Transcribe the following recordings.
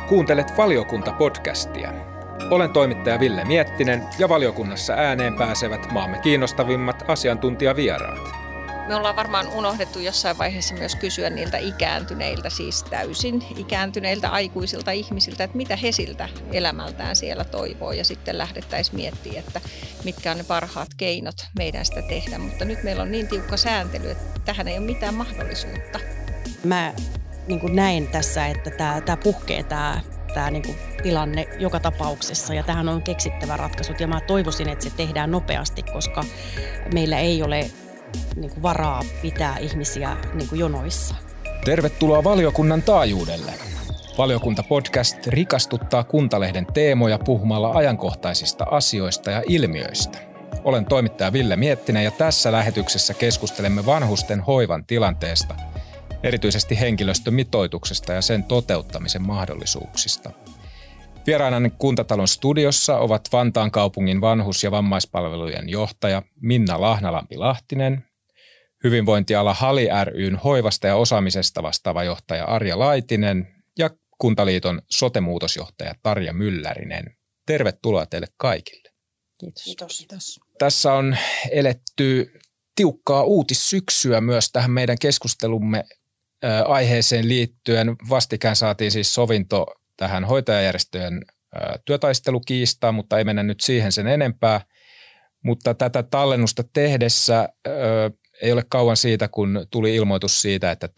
Kuuntelet Valiokunta-podcastia. Olen toimittaja Ville Miettinen ja valiokunnassa ääneen pääsevät maamme kiinnostavimmat asiantuntijavieraat. Me ollaan varmaan unohdettu jossain vaiheessa myös kysyä niiltä ikääntyneiltä, siis täysin ikääntyneiltä aikuisilta ihmisiltä, että mitä he siltä elämältään siellä toivoo. Ja sitten lähdettäisiin miettimään, että mitkä on ne parhaat keinot meidän sitä tehdä. Mutta nyt meillä on niin tiukka sääntely, että tähän ei ole mitään mahdollisuutta. Mä näen tässä, että tämä puhkee tämä tilanne joka tapauksessa ja tähän on keksittävä ratkaisut ja mä toivoisin, että se tehdään nopeasti, koska meillä ei ole varaa pitää ihmisiä jonoissa. Tervetuloa valiokunnan taajuudelle. Valiokunta-podcast rikastuttaa Kuntalehden teemoja puhumalla ajankohtaisista asioista ja ilmiöistä. Olen toimittaja Ville Miettinen ja tässä lähetyksessä keskustelemme vanhusten hoivan tilanteesta, erityisesti henkilöstömitoituksesta ja sen toteuttamisen mahdollisuuksista. Vieraanani Kuntatalon studiossa ovat Vantaan kaupungin vanhus- ja vammaispalvelujen johtaja Minna Lahnalampi-Lahtinen, hyvinvointiala HALI ry:n hoivasta ja osaamisesta vastaava johtaja Arja Laitinen ja Kuntaliiton sote-muutosjohtaja Tarja Myllärinen. Tervetuloa teille kaikille. Kiitos. Tässä on eletty tiukkaa uutissyksyä myös tähän meidän keskustelumme aiheeseen liittyen. Vastikään saatiin siis sovinto tähän hoitajajärjestöjen työtaistelukiistaan, mutta ei mennä nyt siihen sen enempää. Mutta tätä tallennusta tehdessä ei ole kauan siitä, kun tuli ilmoitus siitä, että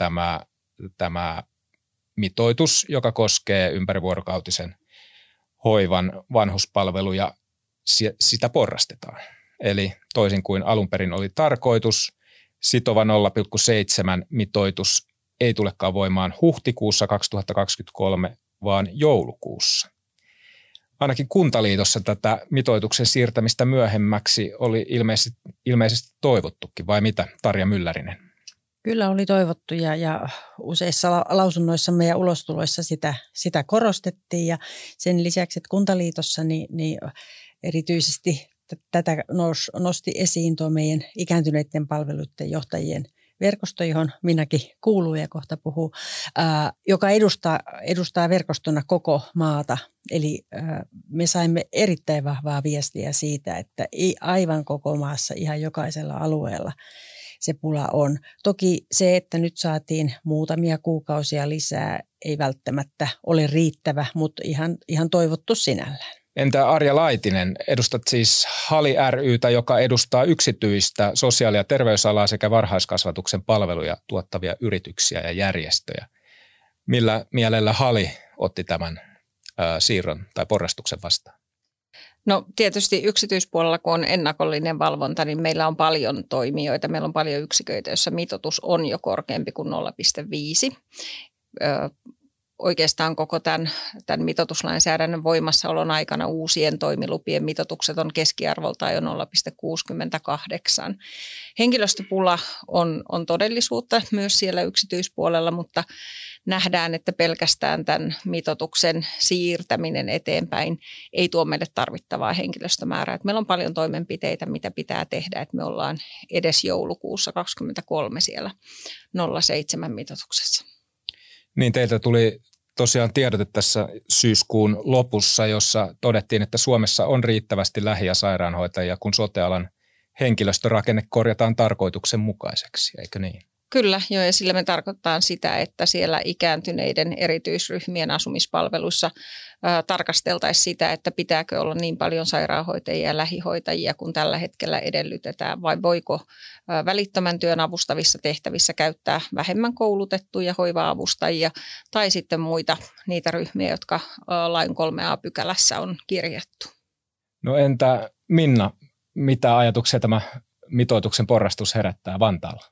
tämä mitoitus, joka koskee ympärivuorokautisen hoivan vanhuspalveluja, sitä porrastetaan. Eli toisin kuin alun perin oli tarkoitus, sitova 0,7 mitoitus ei tulekaan voimaan huhtikuussa 2023, vaan joulukuussa. Ainakin Kuntaliitossa tätä mitoituksen siirtämistä myöhemmäksi oli ilmeisesti toivottukin, vai mitä, Tarja Myllärinen? Kyllä oli toivottu ja useissa lausunnoissamme ja ulostuloissa sitä korostettiin ja sen lisäksi, että Kuntaliitossa niin erityisesti tätä nosti esiin tuo meidän ikääntyneiden palveluiden johtajien verkosto, johon minäkin kuuluu ja kohta puhuu, joka edustaa verkostona koko maata. Eli me saimme erittäin vahvaa viestiä siitä, että ei aivan koko maassa, ihan jokaisella alueella se pula on. Toki se, että nyt saatiin muutamia kuukausia lisää, ei välttämättä ole riittävä, mutta ihan toivottu sinällään. Entä Arja Laitinen, edustat siis HALI ry:tä, joka edustaa yksityistä sosiaali- ja terveysalaa sekä varhaiskasvatuksen palveluja tuottavia yrityksiä ja järjestöjä. Millä mielellä HALI otti tämän siirron tai porrastuksen vastaan? No tietysti yksityispuolella, kun on ennakollinen valvonta, niin meillä on paljon toimijoita. Meillä on paljon yksiköitä, joissa mitoitus on jo korkeampi kuin 0,5. Oikeastaan koko tämän mitoituslainsäädännön voimassaolon aikana uusien toimilupien mitoitukset on keskiarvoltaan jo 0,68. Henkilöstöpula on todellisuutta myös siellä yksityispuolella, mutta nähdään, että pelkästään tämän mitoituksen siirtäminen eteenpäin ei tuo meille tarvittavaa henkilöstömäärää. Meillä on paljon toimenpiteitä, mitä pitää tehdä, että me ollaan edes joulukuussa 2023 siellä 0,7 mitoituksessa. Niin teiltä tuli tosiaan tiedote tässä syyskuun lopussa, jossa todettiin, että Suomessa on riittävästi lähi- ja sairaanhoitajia, kun sote-alan henkilöstörakenne korjataan tarkoituksenmukaiseksi, eikö niin? Kyllä, joo, ja sillä me tarkoittaa sitä, että siellä ikääntyneiden erityisryhmien asumispalveluissa tarkasteltaisiin sitä, että pitääkö olla niin paljon sairaanhoitajia ja lähihoitajia, kun tällä hetkellä edellytetään, vai voiko välittömän työn avustavissa tehtävissä käyttää vähemmän koulutettuja hoiva-avustajia tai sitten muita niitä ryhmiä, jotka lain 3a-pykälässä on kirjattu. No entä Minna, mitä ajatuksia tämä mitoituksen porrastus herättää Vantaalla?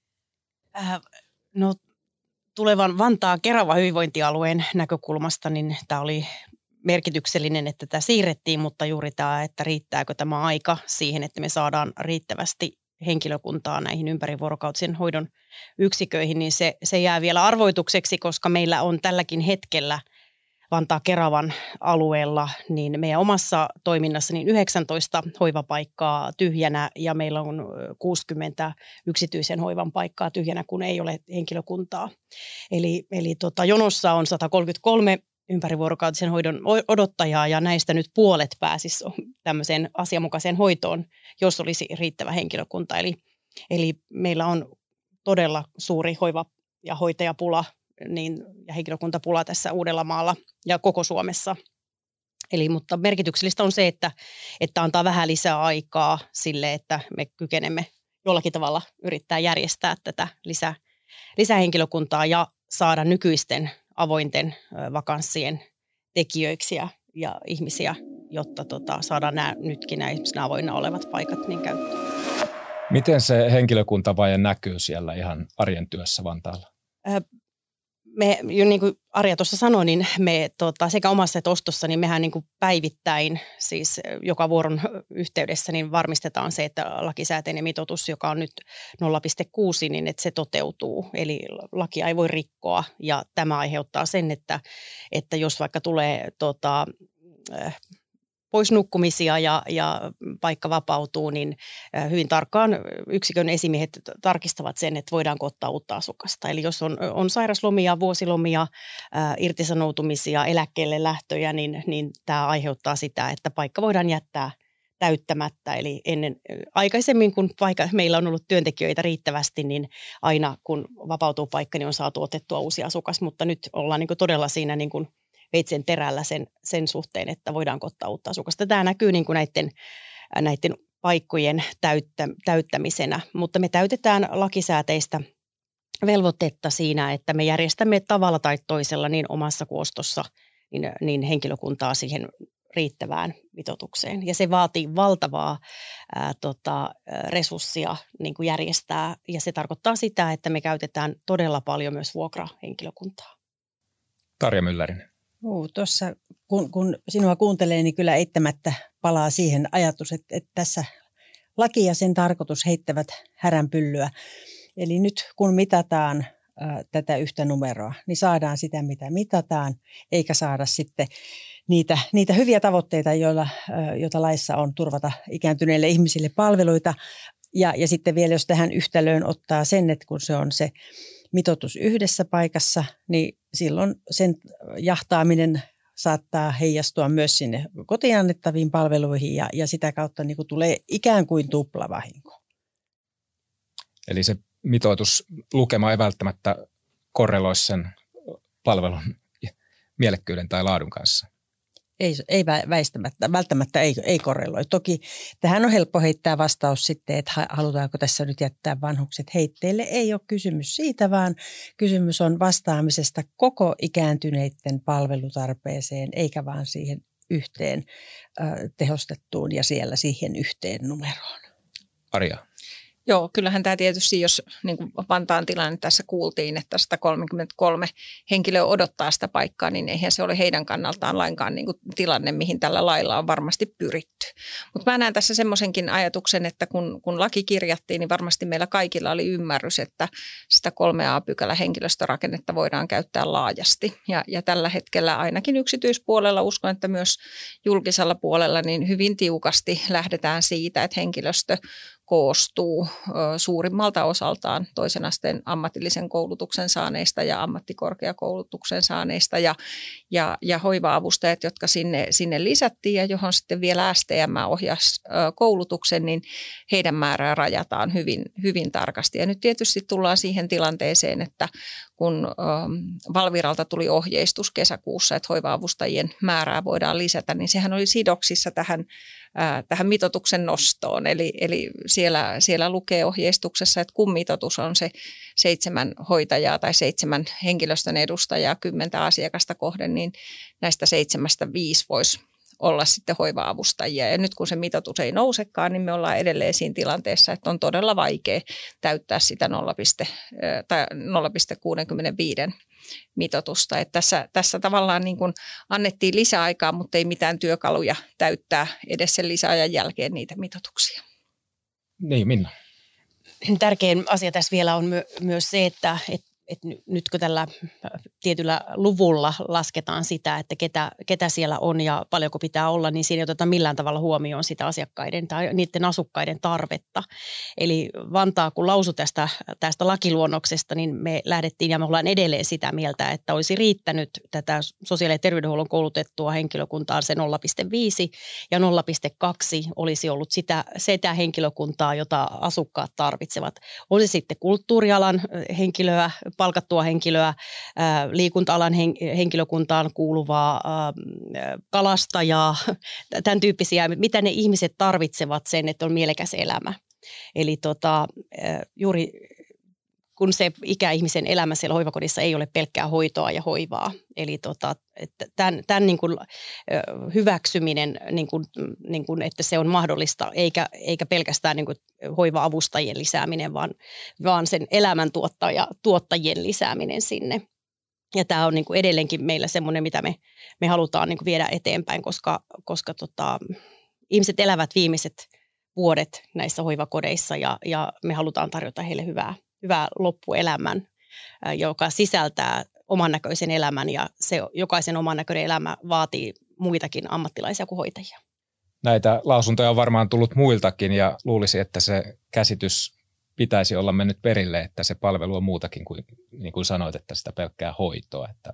No tulevan Vantaa-Kerava hyvinvointialueen näkökulmasta, niin tämä oli merkityksellinen, että tämä siirrettiin, mutta juuri tämä, että riittääkö tämä aika siihen, että me saadaan riittävästi henkilökuntaa näihin ympärivuorokautisen hoidon yksiköihin, niin se jää vielä arvoitukseksi, koska meillä on tälläkin hetkellä Vantaa-Keravan alueella, niin meidän omassa toiminnassa niin 19 hoivapaikkaa tyhjänä ja meillä on 60 yksityisen hoivan paikkaa tyhjänä, kun ei ole henkilökuntaa. Eli jonossa on 133 ympärivuorokautisen hoidon odottajaa ja näistä nyt puolet pääsisi tämmöiseen asianmukaiseen hoitoon, jos olisi riittävä henkilökunta. Eli meillä on todella suuri hoiva- ja hoitajapula ja henkilökuntapula tässä Uudellamaalla ja koko Suomessa. Mutta merkityksellistä on se, että antaa vähän lisää aikaa sille, että me kykenemme jollakin tavalla yrittää järjestää tätä lisähenkilökuntaa ja saada nykyisten avointen vakanssien tekijöiksi ja ihmisiä, jotta saadaan nytkin nämä avoinna olevat paikat niin käyttöön. Miten se henkilökuntavaje näkyy siellä ihan arjen työssä Vantaalla? Me, niin kuin Arja tuossa sanoi, niin me sekä omassa että ostossa, niin mehän niin kuin päivittäin, siis joka vuoron yhteydessä, niin varmistetaan se, että lakisääteinen mitoitus, joka on nyt 0,6, niin että se toteutuu. Eli lakia ei voi rikkoa ja tämä aiheuttaa sen, että jos vaikka tulee pois nukkumisia ja paikka vapautuu, niin hyvin tarkkaan yksikön esimiehet tarkistavat sen, että voidaanko ottaa uutta asukasta. Eli jos on sairaslomia, vuosilomia, irtisanoutumisia, eläkkeelle lähtöjä, niin tämä aiheuttaa sitä, että paikka voidaan jättää täyttämättä. Eli aikaisemmin, kun meillä on ollut työntekijöitä riittävästi, niin aina kun vapautuu paikka, niin on saatu otettua uusi asukas, mutta nyt ollaan niin kuin todella siinä niin kuin veitsen terällä sen suhteen, että voidaanko ottaa uutta asukasta. Tämä näkyy niin kuin näiden paikkojen täyttämisenä, mutta me täytetään lakisääteistä velvoitetta siinä, että me järjestämme tavalla tai toisella niin omassa kuin ostossa niin henkilökuntaa siihen riittävään mitoitukseen. Ja se vaatii valtavaa resurssia niin kuin järjestää, ja se tarkoittaa sitä, että me käytetään todella paljon myös vuokrahenkilökuntaa. Tarja Myllärinen. Tuossa kun sinua kuuntelee, niin kyllä eittämättä palaa siihen ajatus, että tässä laki ja sen tarkoitus heittävät häränpyllyä. Eli nyt kun mitataan tätä yhtä numeroa, niin saadaan sitä, mitä mitataan, eikä saada sitten niitä hyviä tavoitteita, joita laissa on turvata ikääntyneille ihmisille palveluita. Ja sitten vielä, jos tähän yhtälöön ottaa sen, että kun se on se mitoitus yhdessä paikassa, niin silloin sen jahtaaminen saattaa heijastua myös sinne kotiin annettaviin palveluihin ja sitä kautta niin kuin tulee ikään kuin tuplavahinko. Eli se mitoituslukema ei välttämättä korreloi sen palvelun mielekkyyden tai laadun kanssa. Ei välttämättä ei korreloi. Toki tähän on helppo heittää vastaus sitten, että halutaanko tässä nyt jättää vanhukset heitteille. Ei ole kysymys siitä, vaan kysymys on vastaamisesta koko ikääntyneiden palvelutarpeeseen, eikä vaan siihen yhteen tehostettuun ja siellä siihen yhteen numeroon. Arja. Joo, kyllähän tämä tietysti, jos niin kuin Vantaan tilanne tässä kuultiin, että 133 henkilöä odottaa sitä paikkaa, niin eihän se ole heidän kannaltaan lainkaan niin kuin tilanne, mihin tällä lailla on varmasti pyritty. Mutta mä näen tässä semmoisenkin ajatuksen, että kun laki kirjattiin, niin varmasti meillä kaikilla oli ymmärrys, että sitä 3a-pykälä henkilöstörakennetta voidaan käyttää laajasti. Ja tällä hetkellä ainakin yksityispuolella, uskon, että myös julkisella puolella, niin hyvin tiukasti lähdetään siitä, että henkilöstö koostuu suurimmalta osaltaan toisen asteen ammatillisen koulutuksen saaneista ja ammattikorkeakoulutuksen saaneista ja hoiva-avustajat, jotka sinne lisättiin ja johon sitten vielä STM ohjasi koulutuksen, niin heidän määrää rajataan hyvin, hyvin tarkasti. Ja nyt tietysti tullaan siihen tilanteeseen, että kun Valviralta tuli ohjeistus kesäkuussa, että hoiva-avustajien määrää voidaan lisätä, niin sehän oli sidoksissa tähän mitoituksen nostoon. Eli siellä lukee ohjeistuksessa, että kun mitoitus on se 7 hoitajaa tai 7 henkilöstön edustajaa 10 asiakasta kohden, niin näistä 7 5 voisi olla sitten hoiva-avustajia. Ja nyt kun se mitoitus ei nousekaan, niin me ollaan edelleen siinä tilanteessa, että on todella vaikea täyttää sitä 0,65 mitoitusta. Että tässä tavallaan niin kuin annettiin lisäaikaa, mutta ei mitään työkaluja täyttää edes sen lisäajan jälkeen niitä mitoituksia. Niin, Minna. Tärkein asia tässä vielä on myös se, että nytkö tällä tietyllä luvulla lasketaan sitä, että ketä siellä on ja paljonko pitää olla, niin siinä ei oteta millään tavalla huomioon sitä asiakkaiden tai niiden asukkaiden tarvetta. Eli Vantaa, kun lausui tästä lakiluonnoksesta, niin me lähdettiin ja me ollaan edelleen sitä mieltä, että olisi riittänyt tätä sosiaali- ja terveydenhuollon koulutettua henkilökuntaa se 0,5 ja 0,2 olisi ollut sitä henkilökuntaa, jota asukkaat tarvitsevat. On se sitten kulttuurialan henkilöä, palkattua henkilöä, liikunta-alan henkilökuntaan kuuluvaa kalastajaa, tämän tyyppisiä, mitä ne ihmiset tarvitsevat sen, että on mielekäs elämä. Eli juuri kun se ikäihmisen elämä siellä hoivakodissa ei ole pelkkää hoitoa ja hoivaa. Eli tämän niin kuin hyväksyminen, niin kuin, että se on mahdollista, eikä pelkästään niin kuin hoiva-avustajien lisääminen, vaan sen elämäntuottajien lisääminen sinne. Ja tämä on niin kuin edelleenkin meillä semmoinen, mitä me halutaan niin kuin viedä eteenpäin, koska ihmiset elävät viimeiset vuodet näissä hoivakodeissa ja me halutaan tarjota heille hyvää loppuelämän, joka sisältää oman näköisen elämän ja se jokaisen oman näköinen elämä vaatii muitakin ammattilaisia kuin hoitajia. Näitä lausuntoja on varmaan tullut muiltakin ja luulisi, että se käsitys pitäisi olla mennyt perille, että se palvelu on muutakin kuin, niin kuin sanoit, että sitä pelkkää hoitoa. Että,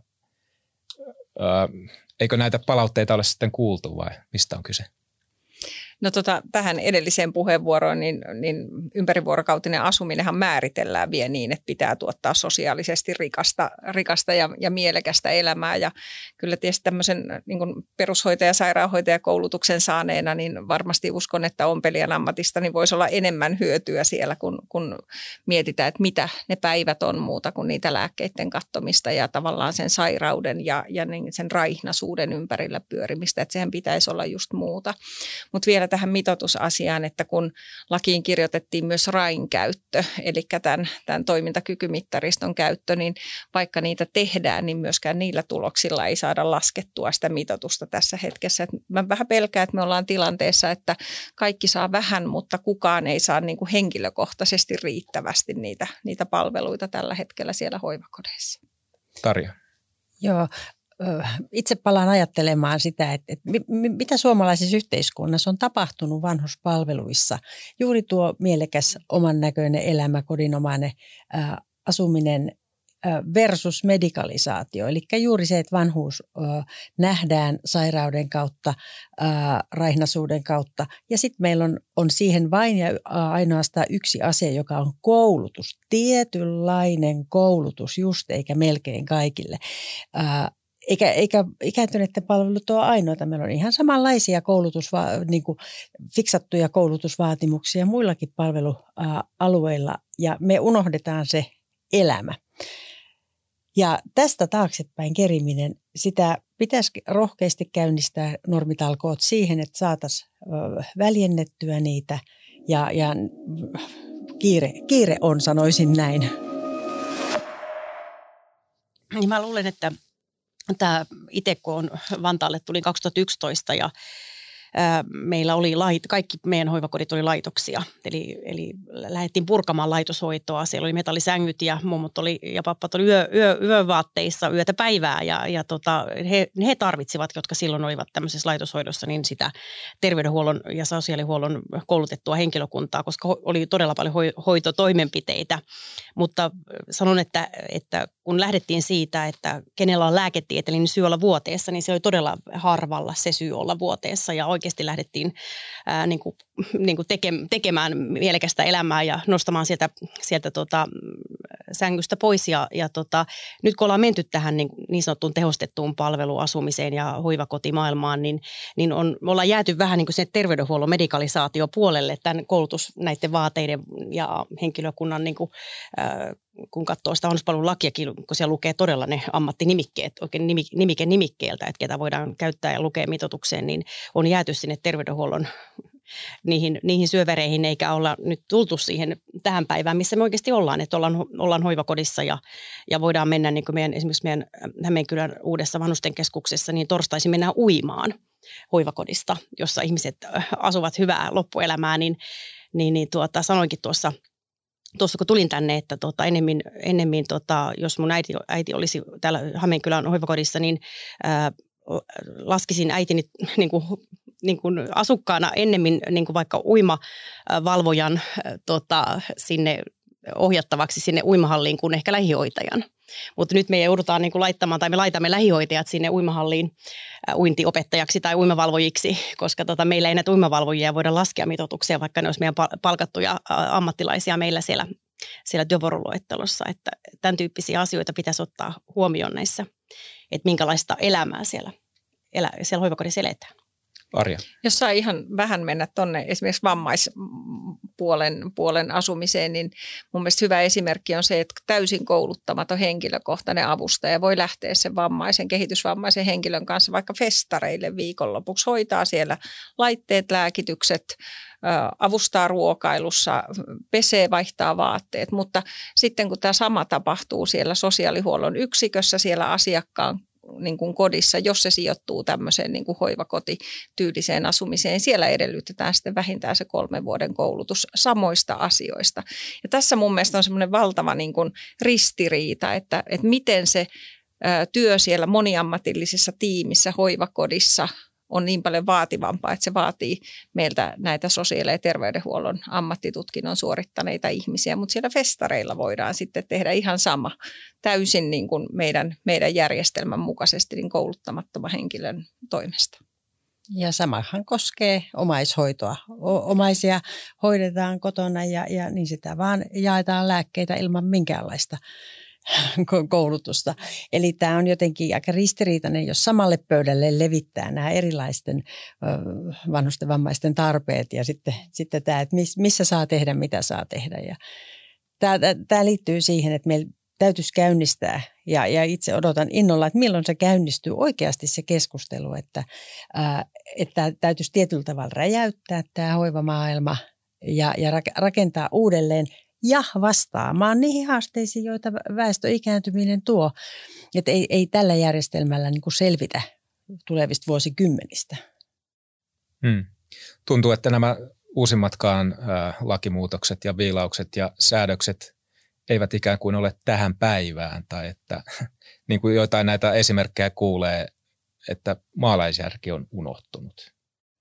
eikö näitä palautteita ole sitten kuultu vai mistä on kyse? No tähän edelliseen puheenvuoroon, niin ympärivuorokautinen asuminenhan määritellään vielä niin, että pitää tuottaa sosiaalisesti rikasta ja mielekästä elämää. Ja kyllä tietysti tämmöisen niin kuin perushoitaja- sairaanhoitajakoulutuksen saaneena, niin varmasti uskon, että ompelijan ammatista niin voisi olla enemmän hyötyä siellä, kun mietitään, että mitä ne päivät on muuta kuin niitä lääkkeiden katsomista ja tavallaan sen sairauden ja sen raihnaisuuden ympärillä pyörimistä. Että sehän pitäisi olla just muuta. Mutta vielä tähän mitoitusasiaan, että kun lakiin kirjoitettiin myös RAIn käyttö, eli tämän toimintakykymittariston käyttö, niin vaikka niitä tehdään, niin myöskään niillä tuloksilla ei saada laskettua sitä mitoitusta tässä hetkessä. Et mä vähän pelkään, että me ollaan tilanteessa, että kaikki saa vähän, mutta kukaan ei saa niin kuin henkilökohtaisesti riittävästi niitä palveluita tällä hetkellä siellä hoivakodeissa. Tarja. Joo. Itse palaan ajattelemaan sitä, että mitä suomalaisessa yhteiskunnassa on tapahtunut vanhuspalveluissa. Juuri tuo mielekäs oman näköinen elämä, kodinomainen asuminen versus medikalisaatio. Eli juuri se, että vanhuus nähdään sairauden kautta, raihnaisuuden kautta. Ja sitten meillä on siihen vain ja ainoastaan yksi asia, joka on koulutus. Tietynlainen koulutus just eikä melkein kaikille. Eikä ikääntyneiden palvelut ole ainoita. Meillä on ihan samanlaisia niin kuin fiksattuja koulutusvaatimuksia muillakin palvelualueilla ja me unohdetaan se elämä. Ja tästä taaksepäin keriminen, sitä pitäisi rohkeasti käynnistää normitalkoot siihen, että saataisiin väljennettyä niitä ja kiire on, sanoisin näin. Niin mä luulen, että tämä itse kun Vantaalle tuli 2011 ja meillä oli kaikki meidän hoivakodit oli laitoksia, eli lähdettiin purkamaan laitoshoitoa. Siellä oli metallisängyt ja mummut ja pappat oli yövaatteissa yötä päivää ja he tarvitsivat, jotka silloin olivat tämmöisessä laitoshoidossa, niin sitä terveydenhuollon ja sosiaalihuollon koulutettua henkilökuntaa, koska oli todella paljon hoitotoimenpiteitä. Mutta sanon, että kun lähdettiin siitä, että kenellä on lääketieteellinen syy olla vuoteessa, niin se oli todella harvalla se syy olla vuoteessa ja oikeasti lähdettiin tekemään mielekästä elämää ja nostamaan sieltä sängystä pois. Ja nyt kun ollaan menty tähän niin sanottuun tehostettuun palveluasumiseen ja hoivakotimaailmaan, niin me ollaan jääty vähän niin kuin sen terveydenhuollon medikalisaatiopuolelle tämän näiden vaateiden ja henkilökunnan, kun katsoo sitä vanhuspalvelulakiakin, kun siellä lukee todella ne ammattinimikkeet, oikein nimikkeeltä, että ketä voidaan käyttää ja lukea mitoitukseen, niin on jääty sinne terveydenhuollon niihin syövereihin, eikä olla nyt tultu siihen tähän päivään, missä me oikeasti ollaan, että ollaan hoivakodissa ja voidaan mennä, niin kuin esimerkiksi meidän Hämeenkylän uudessa vanhusten keskuksessa, niin torstaisin mennään uimaan hoivakodista, jossa ihmiset asuvat hyvää loppuelämää, niin sanoinkin tuossa tuossa kun tulin tänne, että ennemmin jos mun äiti olisi täällä Hämeenkylän hoivakodissa, niin laskisin äitini niin kuin asukkaana ennemmin niin kuin vaikka uimavalvojan sinne ohjattavaksi sinne uimahalliin kuin ehkä lähihoitajan. Mutta nyt me joudutaan niin kuin laittamaan, tai me laitamme lähihoitajat sinne uimahalliin uintiopettajaksi tai uimavalvojiksi, koska meillä ei näitä uimavalvojia voida laskea mitoituksia, vaikka ne olisi meidän palkattuja ammattilaisia meillä siellä työvuoroluettelossa. Että tämän tyyppisiä asioita pitäisi ottaa huomioon näissä, että minkälaista elämää siellä hoivakodissa eletään. Arja. Jos saa ihan vähän mennä tuonne esimerkiksi vammaispuolen asumiseen, niin mun mielestä hyvä esimerkki on se, että täysin kouluttamaton henkilökohtainen avustaja voi lähteä sen kehitysvammaisen henkilön kanssa vaikka festareille viikonlopuksi, hoitaa siellä laitteet, lääkitykset, avustaa ruokailussa, pesee, vaihtaa vaatteet, mutta sitten kun tämä sama tapahtuu siellä sosiaalihuollon yksikössä, siellä asiakkaan niin kuin kodissa, jos se sijoittuu tämmöiseen niin kuin hoivakotityyliseen asumiseen, siellä edellytetään sitten vähintään se 3 vuoden koulutus samoista asioista. Ja tässä mun mielestä on semmoinen valtava niin kuin ristiriita, että miten se työ siellä moniammatillisessa tiimissä hoivakodissa on niin paljon vaativampaa, että se vaatii meiltä näitä sosiaali- ja terveydenhuollon ammattitutkinnon suorittaneita ihmisiä, mutta siellä festareilla voidaan sitten tehdä ihan sama täysin niin kuin meidän järjestelmän mukaisesti niin kouluttamattoman henkilön toimesta. Ja samahan koskee omaishoitoa. Omaisia hoidetaan kotona ja niin sitä vaan jaetaan lääkkeitä ilman minkäänlaista koulutusta. Eli tämä on jotenkin aika ristiriitainen, jos samalle pöydälle levittää nämä erilaisten vanhusten vammaisten tarpeet ja sitten tämä, että missä saa tehdä, mitä saa tehdä. Ja tämä liittyy siihen, että meillä täytyisi käynnistää ja itse odotan innolla, että milloin se käynnistyy oikeasti se keskustelu, että täytyisi tietyllä tavalla räjäyttää tämä hoivamaailma ja rakentaa uudelleen ja vastaamaan niihin haasteisiin, joita väestön ikääntyminen tuo. Että ei tällä järjestelmällä niin kuin selvitä tulevista vuosikymmenistä. Tuntuu, että nämä uusimmatkaan lakimuutokset ja viilaukset ja säädökset eivät ikään kuin ole tähän päivään. Tai että niin kuin jotain näitä esimerkkejä kuulee, että maalaisjärki on unohtunut.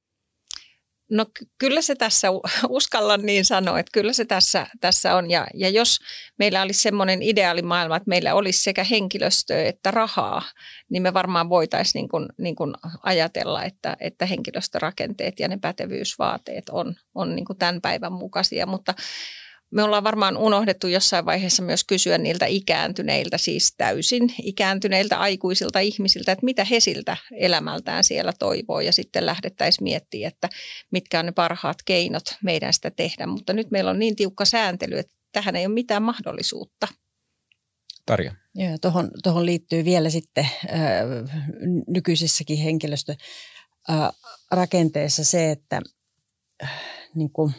No kyllä se tässä, uskallan niin sanoa, että kyllä se tässä on. Ja jos meillä olisi semmoinen ideaalimaailma, että meillä olisi sekä henkilöstöä että rahaa, niin me varmaan voitaisiin niin kuin ajatella, että henkilöstörakenteet ja ne pätevyysvaateet on niin kuin tämän päivän mukaisia. Mutta me ollaan varmaan unohdettu jossain vaiheessa myös kysyä niiltä ikääntyneiltä, siis täysin ikääntyneiltä aikuisilta ihmisiltä, että mitä he siltä elämältään siellä toivoo ja sitten lähdettäisiin miettimään, että mitkä on ne parhaat keinot meidän sitä tehdä. Mutta nyt meillä on niin tiukka sääntely, että tähän ei ole mitään mahdollisuutta. Tarja. Joo, tuohon liittyy vielä sitten nykyisessäkin henkilöstörakenteessa se, että niin kuin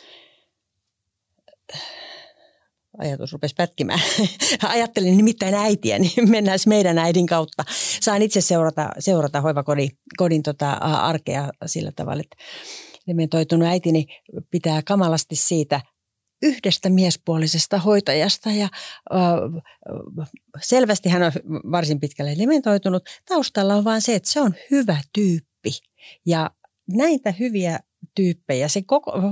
ajatus rupesi pätkimään. Ajattelin nimittäin äitiä, niin mennään meidän äidin kautta. Saan itse seurata hoivakodin arkea sillä tavalla, että dementoitunut äitini pitää kamalasti siitä yhdestä miespuolisesta hoitajasta ja selvästi hän on varsin pitkälle dementoitunut. Taustalla on vaan se, että se on hyvä tyyppi ja näitä hyviä tyyppejä. Se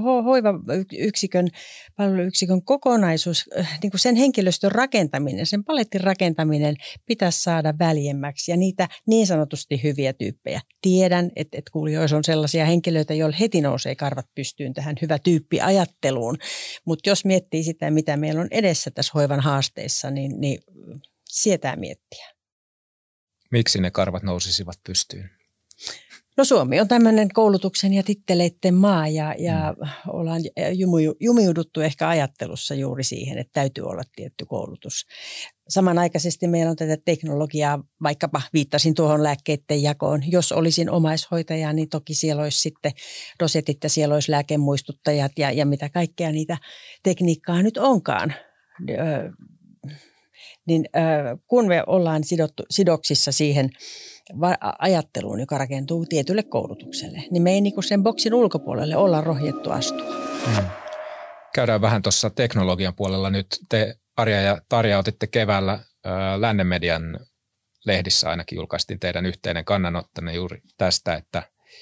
palveluyksikön kokonaisuus, niin kuin sen henkilöstön rakentaminen, sen palettin rakentaminen pitäisi saada väljemmäksi ja niitä niin sanotusti hyviä tyyppejä. Tiedän, että kuulijoissa on sellaisia henkilöitä, joilla heti nousee karvat pystyyn tähän hyvä tyyppi ajatteluun, mutta jos miettii sitä, mitä meillä on edessä tässä hoivan haasteissa, niin sietää miettiä. Miksi ne karvat nousisivat pystyyn? No Suomi on tämmöinen koulutuksen ja titteleiden maa ja ollaan jumiuduttu ehkä ajattelussa juuri siihen, että täytyy olla tietty koulutus. Samanaikaisesti meillä on tätä teknologiaa, vaikkapa viittasin tuohon lääkkeiden jakoon. Jos olisin omaishoitaja, niin toki siellä olisi sitten dosetit ja siellä olisi lääkemuistuttajat ja mitä kaikkea niitä tekniikkaa nyt onkaan. Niin kun me ollaan sidoksissa siihen ajatteluun, joka rakentuu tietylle koulutukselle, niin me ei niinku sen boksin ulkopuolelle olla rohjettu astua. käydään vähän tuossa teknologian puolella nyt. Te, Arja ja Tarja, otitte keväällä Lännen median lehdissä ainakin julkaistiin teidän yhteinen kannanottanne juuri tästä, että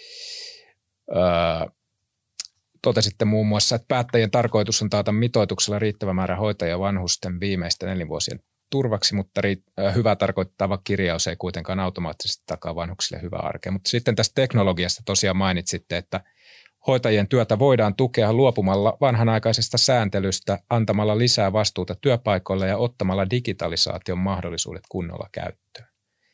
totesitte muun muassa, että päättäjien tarkoitus on taata mitoituksella riittävä määrä hoitajia vanhusten viimeisten elinvuosien turvaksi, mutta hyvä tarkoittava kirjaus ei kuitenkaan automaattisesti takaa vanhuksille hyvää arkea. Mutta sitten tästä teknologiasta tosiaan mainitsitte, että hoitajien työtä voidaan tukea luopumalla vanhanaikaisesta sääntelystä, antamalla lisää vastuuta työpaikoille ja ottamalla digitalisaation mahdollisuudet kunnolla käyttöön.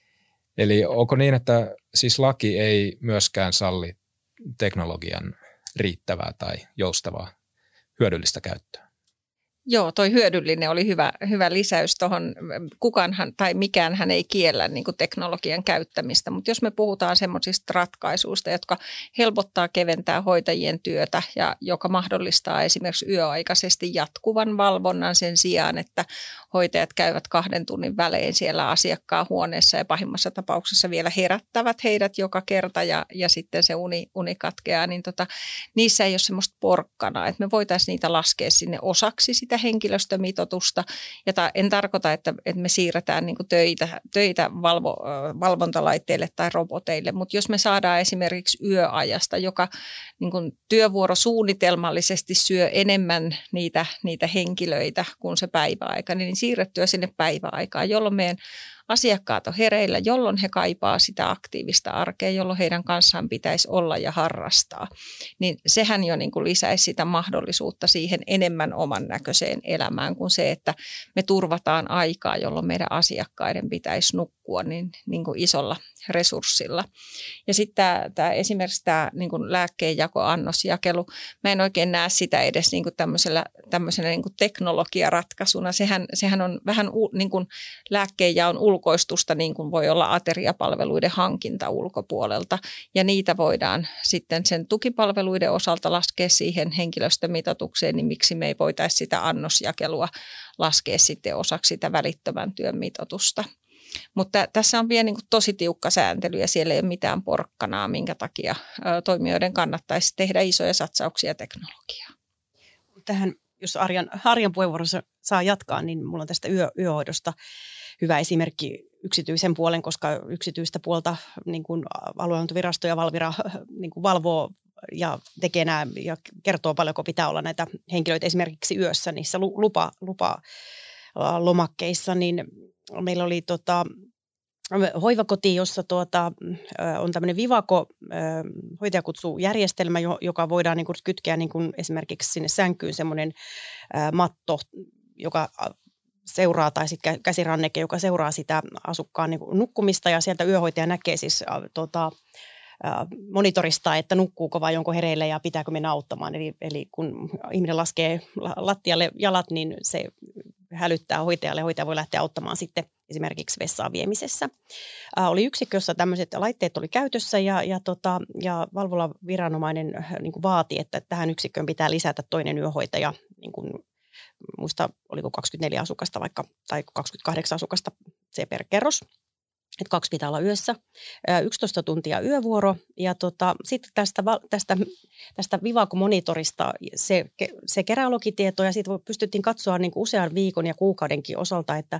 Eli onko niin, että siis laki ei myöskään salli teknologian riittävää tai joustavaa hyödyllistä käyttöä? Joo, toi hyödyllinen oli hyvä lisäys tuohon. Kukaanhan tai mikäänhän ei kiellä niin kuin teknologian käyttämistä, mutta jos me puhutaan semmoisista ratkaisuista, jotka helpottaa, keventää hoitajien työtä ja joka mahdollistaa esimerkiksi yöaikaisesti jatkuvan valvonnan sen sijaan, että hoitajat käyvät 2 tunnin välein siellä asiakkaan huoneessa ja pahimmassa tapauksessa vielä herättävät heidät joka kerta ja sitten se uni katkeaa, niin niissä ei ole semmoista porkkanaa, että me voitaisiin niitä laskea sinne osaksi sitä henkilöstömitoitusta. Ja en tarkoita, että me siirretään niin kuin töitä valvontalaitteille tai roboteille, mutta jos me saadaan esimerkiksi yöajasta, joka niin kuin työvuorosuunnitelmallisesti syö enemmän niitä henkilöitä kuin se päiväaika, niin siirrettyä sinne päiväaikaan, jolloin meidän asiakkaat on hereillä, jolloin he kaipaa sitä aktiivista arkea, jolloin heidän kanssaan pitäisi olla ja harrastaa. Niin sehän jo niin kuin lisäisi sitä mahdollisuutta siihen enemmän oman näköiseen elämään kuin se, että me turvataan aikaa, jolloin meidän asiakkaiden pitäisi nukkua niin kuin isolla resurssilla. Ja sitten esimerkiksi tämä niin kuin lääkkeenjako, annosjakelu, mä en oikein näe sitä edes niin kuin tämmöisenä niin kuin teknologiaratkaisuna. Sehän on vähän niin kuin lääkkeenjaon ulkoistusta, niin kuin voi olla ateriapalveluiden hankinta ulkopuolelta. Ja niitä voidaan sitten sen tukipalveluiden osalta laskea siihen henkilöstömitoitukseen, niin miksi me ei voitaisi sitä annosjakelua laskea sitten osaksi sitä välittömän työn mitoitusta. Mutta tässä on vielä niin kuin tosi tiukka sääntely ja siellä ei ole mitään porkkanaa, minkä takia toimijoiden kannattaisi tehdä isoja satsauksia teknologiaan. Tähän, jos Arjan puheenvuorossa saa jatkaa, niin mulla on tästä yöhoidosta hyvä esimerkki yksityisen puolen, koska yksityistä puolta niin kuin aluehallintovirasto ja Valvira niin kuin valvoo ja tekee nämä ja kertoo paljonko pitää olla näitä henkilöitä esimerkiksi yössä niissä lupalomakkeissa, niin meillä oli hoivakoti, jossa on tämmöinen Vivako hoitajakutsujärjestelmä, joka voidaan niin kuin kytkeä niin kuin esimerkiksi sinne sänkyyn semmoinen matto, joka seuraa, tai sitten käsiranneke, joka seuraa sitä asukkaan niin kuin nukkumista, ja sieltä yöhoitaja näkee siis monitoristaa, että nukkuuko vai onko hereillä ja pitääkö mennä auttamaan. Eli kun ihminen laskee lattialle jalat, niin se hälyttää hoitajalle. Hoitaja voi lähteä auttamaan sitten esimerkiksi vessaan viemisessä. Oli yksikkö, jossa tämmöiset laitteet oli käytössä ja valvolaviranomainen niin kuin vaati, että tähän yksikköön pitää lisätä toinen yöhoitaja, niin kuin, muista oliko 24 asukasta vaikka, tai 28 asukasta se per kerros. Että 2 pitää olla yössä, 11 tuntia yövuoro ja sitten tästä Vivako-monitorista se kerää logitietoa ja siitä pystyttiin katsoa niin kuin usean viikon ja kuukaudenkin osalta, että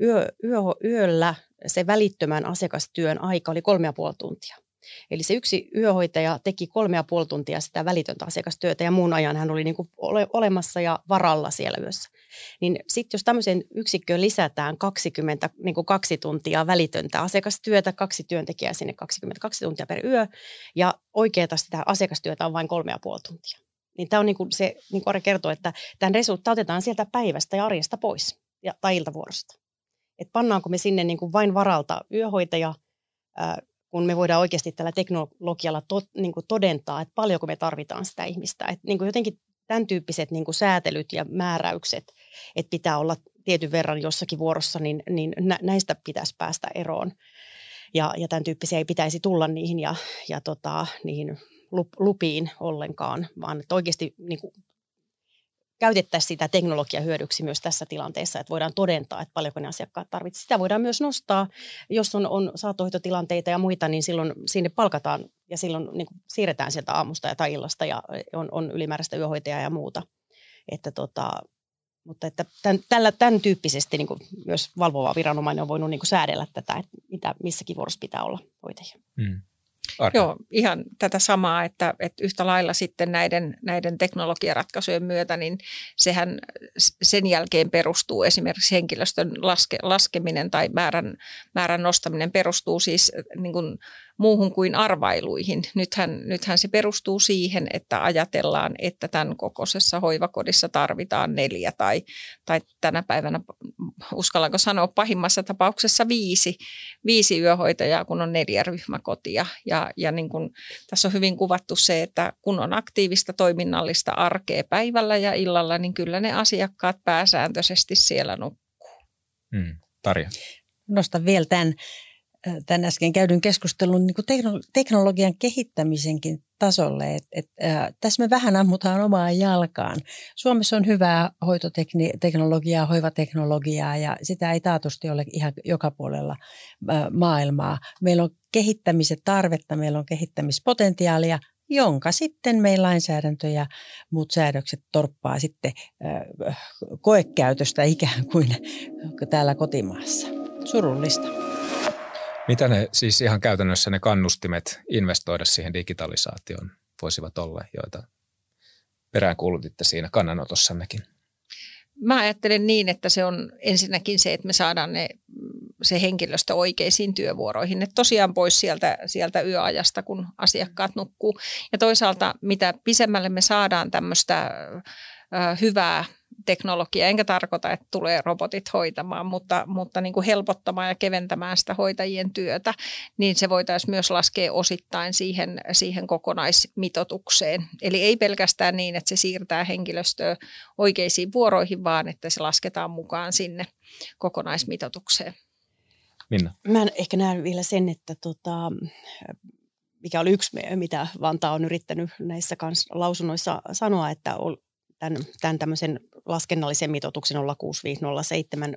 yöllä se välittömän asiakastyön aika oli 3,5 tuntia. Eli se yksi yöhoitaja teki 3,5 tuntia sitä välitöntä asiakastyötä ja muun ajan hän oli niin kuin olemassa ja varalla siellä yössä. Niin sitten jos tämmöiseen yksikköön lisätään 22 tuntia välitöntä asiakastyötä, 2 työntekijää sinne 22 tuntia per yö ja oikeata sitä asiakastyötä on vain 3,5 tuntia. Niin tämä on niin kuin se, niin kuin Ari kertoi, että tämän resurssit otetaan sieltä päivästä ja arjesta pois tai iltavuorosta. Että pannaanko me sinne niin kuin vain varalta yöhoitaja, kun me voidaan oikeasti tällä teknologialla niin kuin todentaa, että paljonko me tarvitaan sitä ihmistä. Että niin kuin jotenkin tämän tyyppiset niin kuin säätelyt ja määräykset, että pitää olla tietyn verran jossakin vuorossa, niin näistä pitäisi päästä eroon. Ja tämän tyyppisiä ei pitäisi tulla niihin niihin lupiin ollenkaan, vaan että oikeasti niin kuin käytettäisiin sitä teknologiaa hyödyksi myös tässä tilanteessa, että voidaan todentaa, että paljonko ne asiakkaat tarvitsevat. Sitä voidaan myös nostaa, jos on saattohoitotilanteita ja muita, niin silloin sinne palkataan ja silloin niin kuin siirretään sieltä aamusta tai illasta ja on ylimääräistä yöhoitajaa ja muuta. Mutta että tämän tyyppisesti niin kuin myös valvova viranomainen on voinut niin kuin säädellä tätä, että mitä missäkin vuorossa pitää olla hoitajia. Joo, ihan tätä samaa, että yhtä lailla sitten näiden teknologiaratkaisujen myötä, niin sehän sen jälkeen perustuu esimerkiksi henkilöstön laskeminen tai määrän nostaminen perustuu siis niin kuin muuhun kuin arvailuihin. Nythän se perustuu siihen, että ajatellaan, että tämän kokoisessa hoivakodissa tarvitaan 4 tai tänä päivänä, uskallanko sanoa, pahimmassa tapauksessa 5 yöhoitajaa, kun on 4 ryhmäkotia. Ja niin kuin tässä on hyvin kuvattu se, että kun on aktiivista toiminnallista arkea päivällä ja illalla, niin kyllä ne asiakkaat pääsääntöisesti siellä nukkuu. Tarja. Nostan vielä tämän äsken käydyn keskustelun niin kuin teknologian kehittämisenkin tasolle. Tässä me vähän ammutaan omaan jalkaan. Suomessa on hyvää hoitoteknologiaa, hoivateknologiaa ja sitä ei taatusti ole ihan joka puolella maailmaa. Meillä on kehittämisen tarvetta, meillä on kehittämispotentiaalia, jonka sitten meidän lainsäädäntö ja muut säädökset torppaa sitten koekäytöstä ikään kuin täällä kotimaassa. Surullista. Mitä ne siis ihan käytännössä ne kannustimet investoida siihen digitalisaatioon voisivat olla, joita peräänkuulutitte siinä kannanotossammekin? Mä ajattelen niin, että se on ensinnäkin se, että me saadaan se henkilöstö oikeisiin työvuoroihin. Että tosiaan pois sieltä yöajasta, kun asiakkaat nukkuu. Ja toisaalta mitä pisemmälle me saadaan tämmöistä hyvää teknologiaa, enkä tarkoita, että tulee robotit hoitamaan, mutta niin kuin helpottamaan ja keventämään sitä hoitajien työtä, niin se voitaisiin myös laskea osittain siihen kokonaismitoitukseen. Eli ei pelkästään niin, että se siirtää henkilöstöä oikeisiin vuoroihin, vaan että se lasketaan mukaan sinne kokonaismitoitukseen. Minna? Mä ehkä näen vielä sen, että mikä oli yksi, mitä Vantaa on yrittänyt näissä lausunnoissa sanoa, että tämän tämmöisen laskennallisen mitoituksen 06507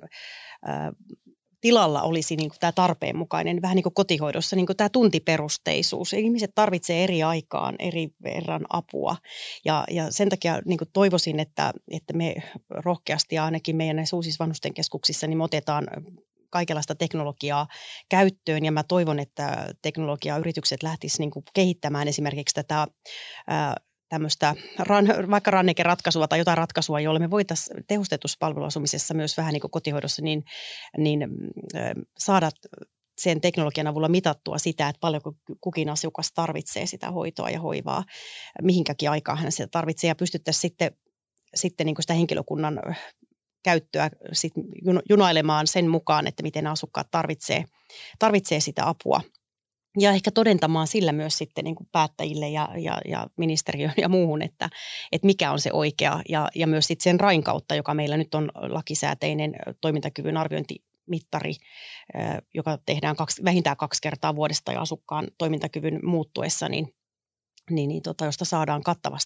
tilalla olisi niin kuin tämä tarpeen mukainen, vähän niin kuin kotihoidossa, niin kuin tämä tuntiperusteisuus. Ihmiset tarvitsevat eri aikaan eri verran apua ja sen takia niin kuin toivoisin, että me rohkeasti ja ainakin meidän näissä uusissa vanhustenkeskuksissa niin me otetaan kaikenlaista teknologiaa käyttöön ja mä toivon, että teknologiayritykset lähtisivät niin kuin kehittämään esimerkiksi tätä tämmöistä vaikka rannekeratkaisua tai jotain ratkaisua, jolla me voitaisiin tehostetussa palveluasumisessa myös vähän niin kuin kotihoidossa niin saada sen teknologian avulla mitattua sitä, että paljonko kukin asiakas tarvitsee sitä hoitoa ja hoivaa, mihinkäkin aikaan hän sitä tarvitsee ja pystyttäisiin sitten niin kuin sitä henkilökunnan käyttöä sit junailemaan sen mukaan, että miten asukkaat tarvitsee sitä apua. Ja ehkä todentamaan sillä myös sitten niin kuin päättäjille ja ministeriöön ja muuhun, että mikä on se oikea ja myös sitten sen RAIn kautta, joka meillä nyt on lakisääteinen toimintakyvyn arviointimittari, joka tehdään vähintään 2 kertaa vuodesta ja asukkaan toimintakyvyn muuttuessa, josta saadaan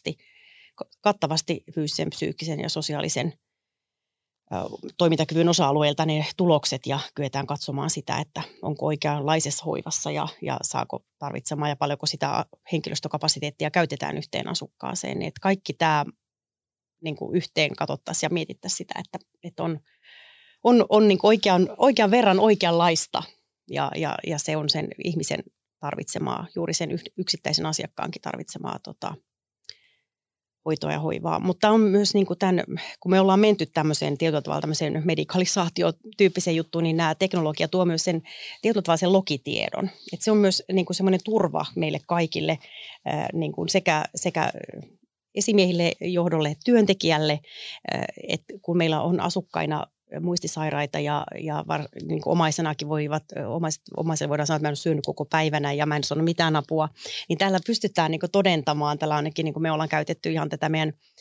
kattavasti fyysisen, psyykkisen ja sosiaalisen toimintakyvyn osa-alueilta ne tulokset ja kyetään katsomaan sitä, että onko oikeanlaisessa hoivassa ja saako tarvitsemaan ja paljonko sitä henkilöstökapasiteettia käytetään yhteen asukkaaseen. Että kaikki tämä niin kuin yhteen katsottaisiin ja mietittäisiin sitä, että on niin kuin oikean verran oikeanlaista ja se on sen ihmisen tarvitsemaa, juuri sen yksittäisen asiakkaankin tarvitsemaa hoitoa ja hoivaa, mutta on myös niin kuin kun me ollaan menty tämmöiseen tietyllä tavalla tämmöiseen medikalisaatiotyyppiseen juttuun, niin nämä teknologia tuo myös sen tietyllä tavalla sen logitiedon. Että se on myös niin kuin semmoinen turva meille kaikille niin kuin sekä esimiehille, johdolle, työntekijälle, että kun meillä on asukkaina muistisairaita ja niin kuin omaisenakin omaiselle voidaan sanoa, että mä en ole syönyt koko päivänä ja mä en saanut mitään apua, niin täällä pystytään niin kuin todentamaan, tällä ainakin niin kuin me ollaan käytetty ihan tätä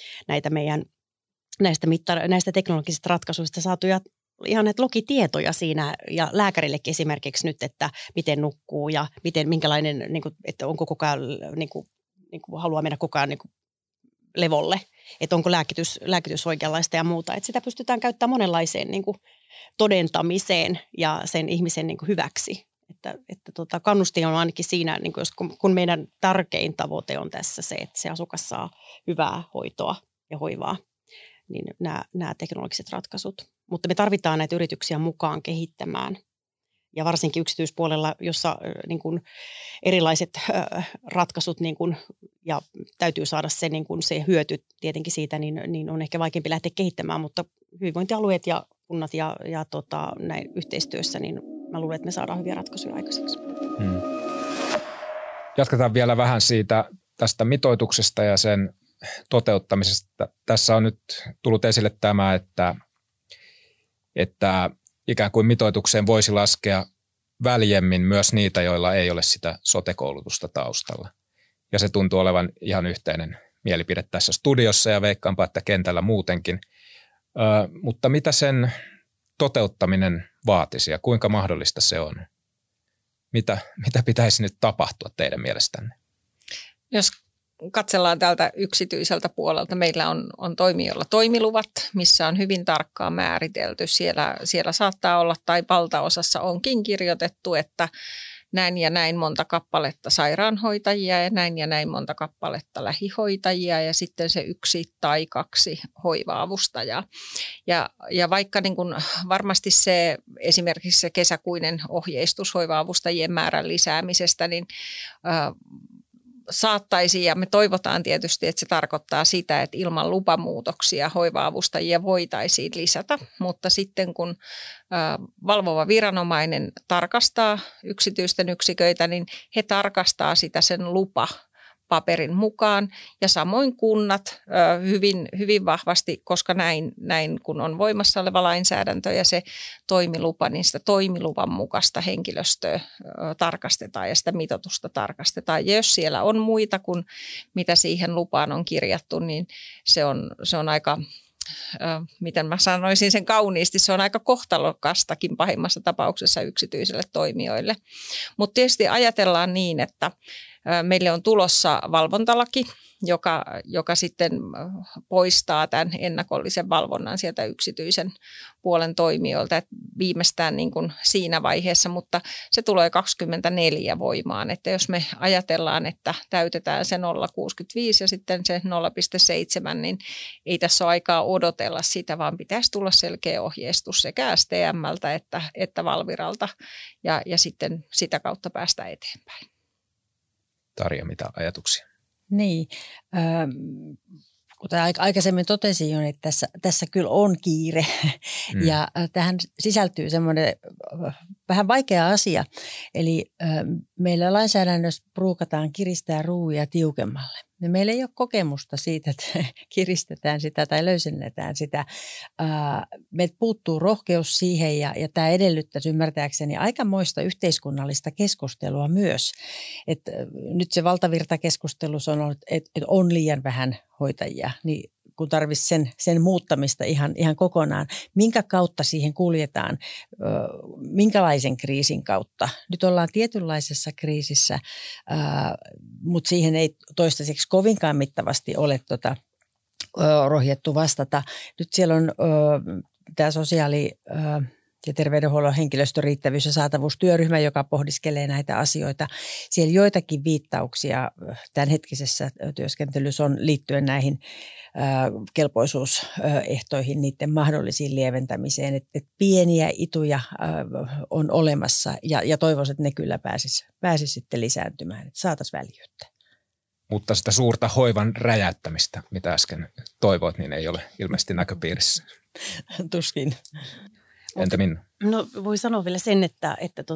näistä teknologisista ratkaisuista saatuja ihan näitä logitietoja siinä ja lääkärillekin esimerkiksi nyt, että miten nukkuu ja minkälainen, niin kuin, että onko koko ajan, niin kuin haluaa mennä koko ajan niin kuin levolle, että onko lääkitys oikeanlaista ja muuta. Että sitä pystytään käyttämään monenlaiseen niin kuin todentamiseen ja sen ihmisen niin kuin hyväksi. Että kannustin on ainakin siinä, niin kuin kun meidän tärkein tavoite on tässä se, että se asukas saa hyvää hoitoa ja hoivaa niin nämä teknologiset ratkaisut. Mutta me tarvitaan näitä yrityksiä mukaan kehittämään. Ja varsinkin yksityispuolella, jossa niin kuin erilaiset ratkaisut niin kuin, ja täytyy saada se, niin kuin se hyöty tietenkin siitä, niin on ehkä vaikeampi lähteä kehittämään, mutta hyvinvointialueet ja kunnat ja näin yhteistyössä, niin mä luulen, että me saadaan hyviä ratkaisuja aikaiseksi. Jatketaan vielä vähän tästä mitoituksesta ja sen toteuttamisesta. Tässä on nyt tullut esille tämä, että ikään kuin mitoitukseen voisi laskea väljemmin myös niitä, joilla ei ole sitä sote-koulutusta taustalla. Ja se tuntuu olevan ihan yhteinen mielipide tässä studiossa ja veikkaanpa, että kentällä muutenkin. Mutta mitä sen toteuttaminen vaatisi ja kuinka mahdollista se on? Mitä pitäisi nyt tapahtua teidän mielestänne? Jos katsellaan tältä yksityiseltä puolelta, meillä on toimijoilla toimiluvat, missä on hyvin tarkkaan määritelty. Siellä saattaa olla tai valtaosassa onkin kirjoitettu, että näin ja näin monta kappaletta sairaanhoitajia ja näin monta kappaletta lähihoitajia ja sitten se 1 tai 2 hoiva-avustajaa. Ja vaikka niin kuin varmasti esimerkiksi se kesäkuinen ohjeistus hoiva-avustajien määrän lisäämisestä, niin saattaisi, ja me toivotaan tietysti, että se tarkoittaa sitä, että ilman lupamuutoksia hoiva-avustajia voitaisiin lisätä, mutta sitten kun valvova viranomainen tarkastaa yksityisten yksiköitä, niin he tarkastaa sitä sen lupapaperin mukaan ja samoin kunnat hyvin, hyvin vahvasti, koska näin kun on voimassa oleva lainsäädäntö ja se toimilupa, niin sitä toimiluvan mukaista henkilöstöä tarkastetaan ja sitä mitoitusta tarkastetaan. Ja jos siellä on muita kuin mitä siihen lupaan on kirjattu, niin se on aika, miten mä sanoisin sen kauniisti, se on aika kohtalokastakin pahimmassa tapauksessa yksityisille toimijoille. Mutta tietysti ajatellaan niin, että meille on tulossa valvontalaki, joka sitten poistaa tämän ennakollisen valvonnan sieltä yksityisen puolen toimijoilta, että viimeistään niin kuin siinä vaiheessa, mutta se tulee 2024 voimaan, että jos me ajatellaan, että täytetään se 0,65 ja sitten se 0,7, niin ei tässä ole aikaa odotella sitä, vaan pitäisi tulla selkeä ohjeistus sekä STM:ltä että Valviralta ja sitten sitä kautta päästä eteenpäin. Tarja, mitä ajatuksia? Niin, kuten aikaisemmin totesin jo, että tässä kyllä on kiire ja tähän sisältyy semmoinen vähän vaikea asia. Eli meillä lainsäädännössä pruukataan kiristää ruuvia tiukemmalle. Ja meillä ei ole kokemusta siitä, että kiristetään sitä tai löysennetään sitä. Meiltä puuttuu rohkeus siihen ja tämä edellyttäisi ymmärtääkseni aikamoista yhteiskunnallista keskustelua myös. Että nyt se valtavirtakeskustelussa on ollut, että on liian vähän hoitajia, niin kun tarvitsisi sen muuttamista ihan kokonaan. Minkä kautta siihen kuljetaan? Minkälaisen kriisin kautta? Nyt ollaan tietynlaisessa kriisissä, mutta siihen ei toistaiseksi kovinkaan mittavasti ole rohjettu vastata. Nyt siellä on tämä sosiaali- ja terveydenhuollon henkilöstön riittävyys- ja saatavuustyöryhmä, joka pohdiskelee näitä asioita. Siellä joitakin viittauksia tämänhetkisessä työskentelyssä on liittyen näihin kelpoisuusehtoihin, niiden mahdollisiin lieventämiseen. Että pieniä ituja on olemassa ja toivoisin, että ne kyllä pääsisi sitten lisääntymään, että saataisiin väljyyttä. Mutta sitä suurta hoivan räjäyttämistä, mitä äsken toivoit, niin ei ole ilmeisesti näköpiirissä. Tuskin. Entä Minna? No voi sanoa vielä sen, että